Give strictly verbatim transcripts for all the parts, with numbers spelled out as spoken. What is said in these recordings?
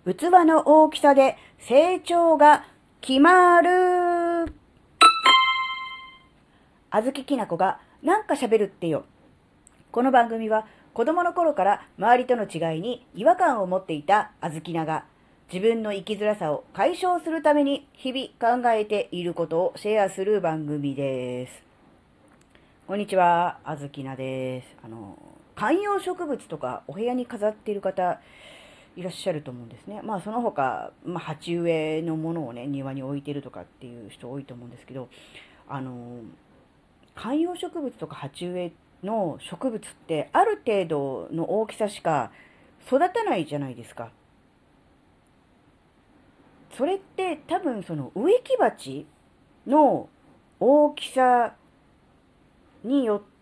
器の大きさで成長が決まる。あずききなこがなんか喋るってよ。この番組は子供の頃から周りとの違いに違和感を持っていたあずきなが自分の生きづらさを解消するために日々考えていることをシェアする番組です。こんにちは、あずきなです。あの、観葉植物とかお部屋に飾っている方いらっしゃると思うんですね。まあその他、まあ鉢植えのものをね、庭に置いてるとかっていう人多いと思うんですけど、あの、観葉植物とか鉢植えの植物ってある程度の大きさしか育たないじゃないですか。それって多分その植木鉢の大きさによって、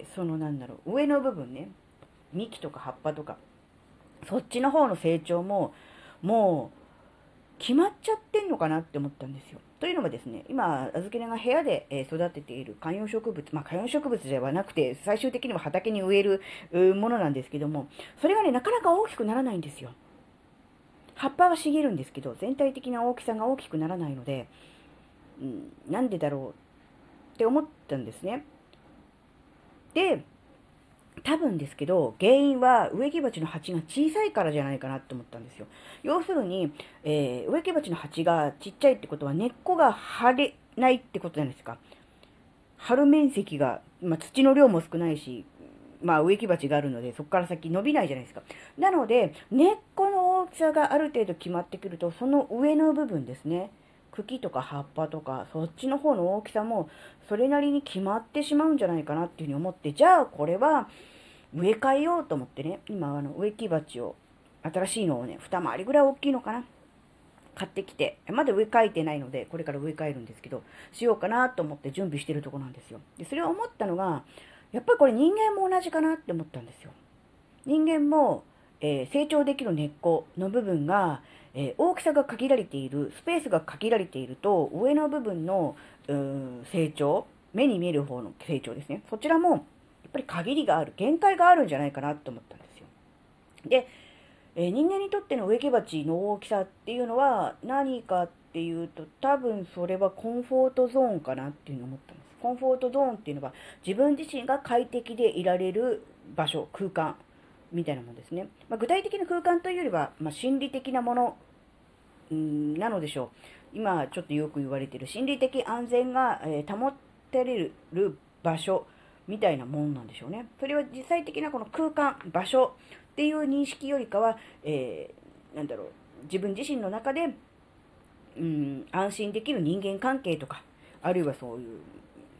そのなんだろう、上の部分ね、幹とか葉っぱとか、そっちの方の成長ももう決まっちゃってんのかなって思ったんですよ。というのもですね、今、あずきねが部屋で育てている観葉植物、まあ観葉植物ではなくて、最終的には畑に植えるものなんですけども、それがね、なかなか大きくならないんですよ。葉っぱは茂るんですけど、全体的な大きさが大きくならないので、うん、なんでだろうって思ったんですね。で、多分ですけど、原因は植木鉢の鉢が小さいからじゃないかなって思ったんですよ。要するに、えー、植木鉢の鉢がちっちゃいってことは根っこが張れないってことじゃないですか。張る面積が、まあ、土の量も少ないし、まあ植木鉢があるので、そこから先伸びないじゃないですか。なので、根っこの大きさがある程度決まってくると、その上の部分ですね。茎とか葉っぱとか、そっちの方の大きさも、それなりに決まってしまうんじゃないかなっていうふうに思って、じゃあこれは、植え替えようと思ってね、今あの植木鉢を、新しいのをね、二回りぐらい大きいのかな買ってきて、まだ植え替えてないので、これから植え替えるんですけど、しようかなと思って準備してるとこなんですよ。で、それを思ったのが、やっぱりこれ人間も同じかなって思ったんですよ。人間も、えー成長できる根っこの部分が、えー大きさが限られている、スペースが限られていると、上の部分の、うーん成長、目に見える方の成長ですね。そちらも、やっぱり限りがある、限界があるんじゃないかなと思ったんですよ。で、えー人間にとっての植木鉢の大きさっていうのは何かっていうと、多分それはコンフォートゾーンかなっていうふうに思ったんです。コンフォートゾーンっていうのは自分自身が快適でいられる場所、空間みたいなものですね。まあ、具体的な空間というよりは、まあ、心理的なものんなのでしょう。今ちょっとよく言われている心理的安全が、えー保ってれる場所みたいなもんなんでしょうね。それは実際的なこの空間、場所っていう認識よりかは、えー、なんだろう、自分自身の中で、うん、安心できる人間関係とか、あるいはそういう、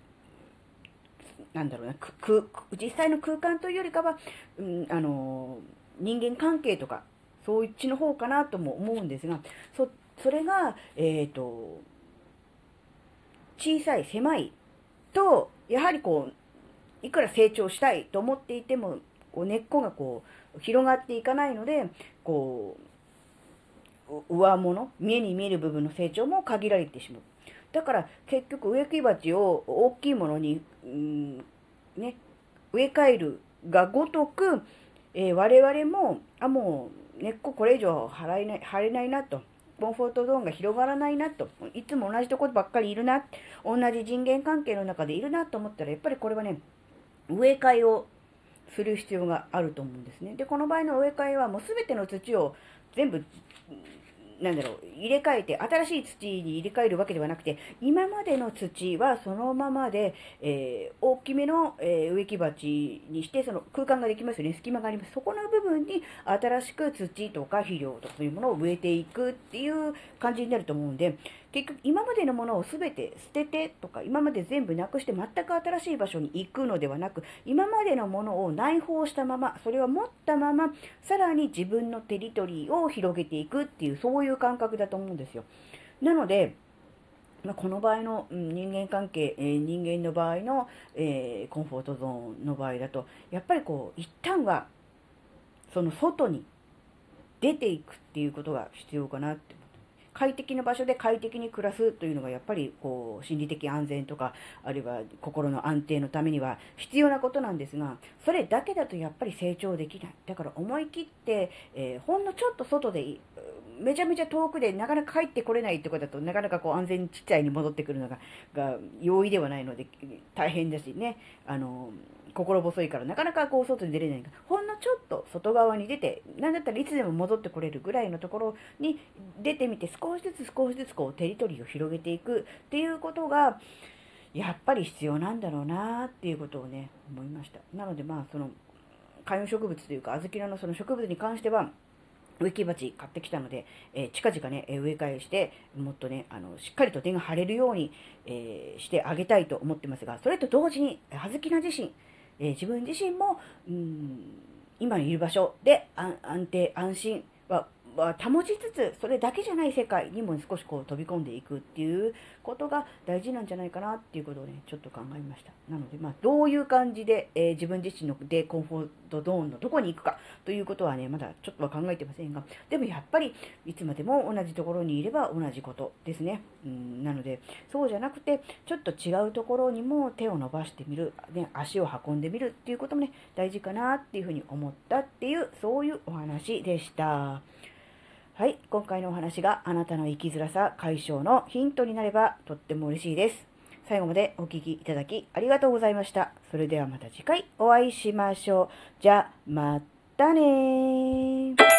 なんだろうな、く実際の空間というよりかは、うん、あの人間関係とか、そういっちの方かなとも思うんですが、そ、それが、えっと、小さい、狭いと、やはりこう、いくら成長したいと思っていても、こう根っこがこう、広がっていかないので、こう、上物、目に見える部分の成長も限られてしまう。だから結局植木鉢を大きいものに、うん、ね、植え替えるがごとく、えー我々も、あ、もう根っここれ以上張れない、張れないなと。コンフォートゾーンが広がらないなと。いつも同じところばっかりいるな。同じ人間関係の中でいるなと思ったら、やっぱりこれはね、植え替えをする必要があると思うんですね。で、この場合の植え替えはもうすべての土を全部、なんだろう、入れ替えて、新しい土に入れ替えるわけではなくて、今までの土はそのままで、えー、大きめの、えー植木鉢にして、その空間ができますよね、隙間があります。そこの部分に新しく土とか肥料とかそういうものを植えていくっていう感じになると思うんで、結局今までのものを全て捨ててとか、今まで全部なくして全く新しい場所に行くのではなく、今までのものを内包したまま、それを持ったまま、さらに自分のテリトリーを広げていくっていう、そういう感覚だと思うんですよ。なので、まあ、この場合の、うん、人間関係、えー人間の場合の、えーコンフォートゾーンの場合だと、やっぱりこう、一旦は、その外に出ていくっていうことが必要かなって。 快適な場所で快適に暮らすというのがやっぱりこう心理的安全とか、あるいは心の安定のためには必要なことなんですが、それだけだとやっぱり成長できない。だから思い切って、えー、ほんのちょっと外でめちゃめちゃ遠くでなかなか帰ってこれないところだと、なかなかこう安全地帯に戻ってくるのがが容易ではないので大変だしね、あの心細いからなかなかこう外に出れないが、ほんのちょっと外側に出て、なんだったらいつでも戻ってこれるぐらいのところに出てみて、少しずつ少しずつこうテリトリーを広げていくっていうことがやっぱり必要なんだろうなっていうことをね思いました。なのでまあその観葉植物というか小豆菜のその植物に関しては植木鉢買ってきたので、えー、近々ね、植え替えして、もっとね、あの、しっかりと根が張れるように、えー、してあげたいと思ってますが、それと同時に、葉月菜自身、えー、自分自身も、うん、今いる場所で安定、安心は、は保ちつつ、それだけじゃない世界にも少しこう飛び込んでいくっていうことが大事なんじゃないかなっていうことをね、ちょっと考えました。なので、まあ、どういう感じで、えー、自分自身のでコンフォートゾーンのどこに行くかということはね、まだちょっとは考えてませんが、でもやっぱりいつまでも同じところにいれば同じことですね。うん、なので、そうじゃなくて、ちょっと違うところにも手を伸ばしてみる、ね、足を運んでみるっていうこともね、大事かなっていうふうに思ったっていう、そういうお話でした。はい、今回のお話があなたの生きづらさ解消のヒントになればとっても嬉しいです。最後までお聞きいただきありがとうございました。それではまた次回お会いしましょう。じゃあ、またねー。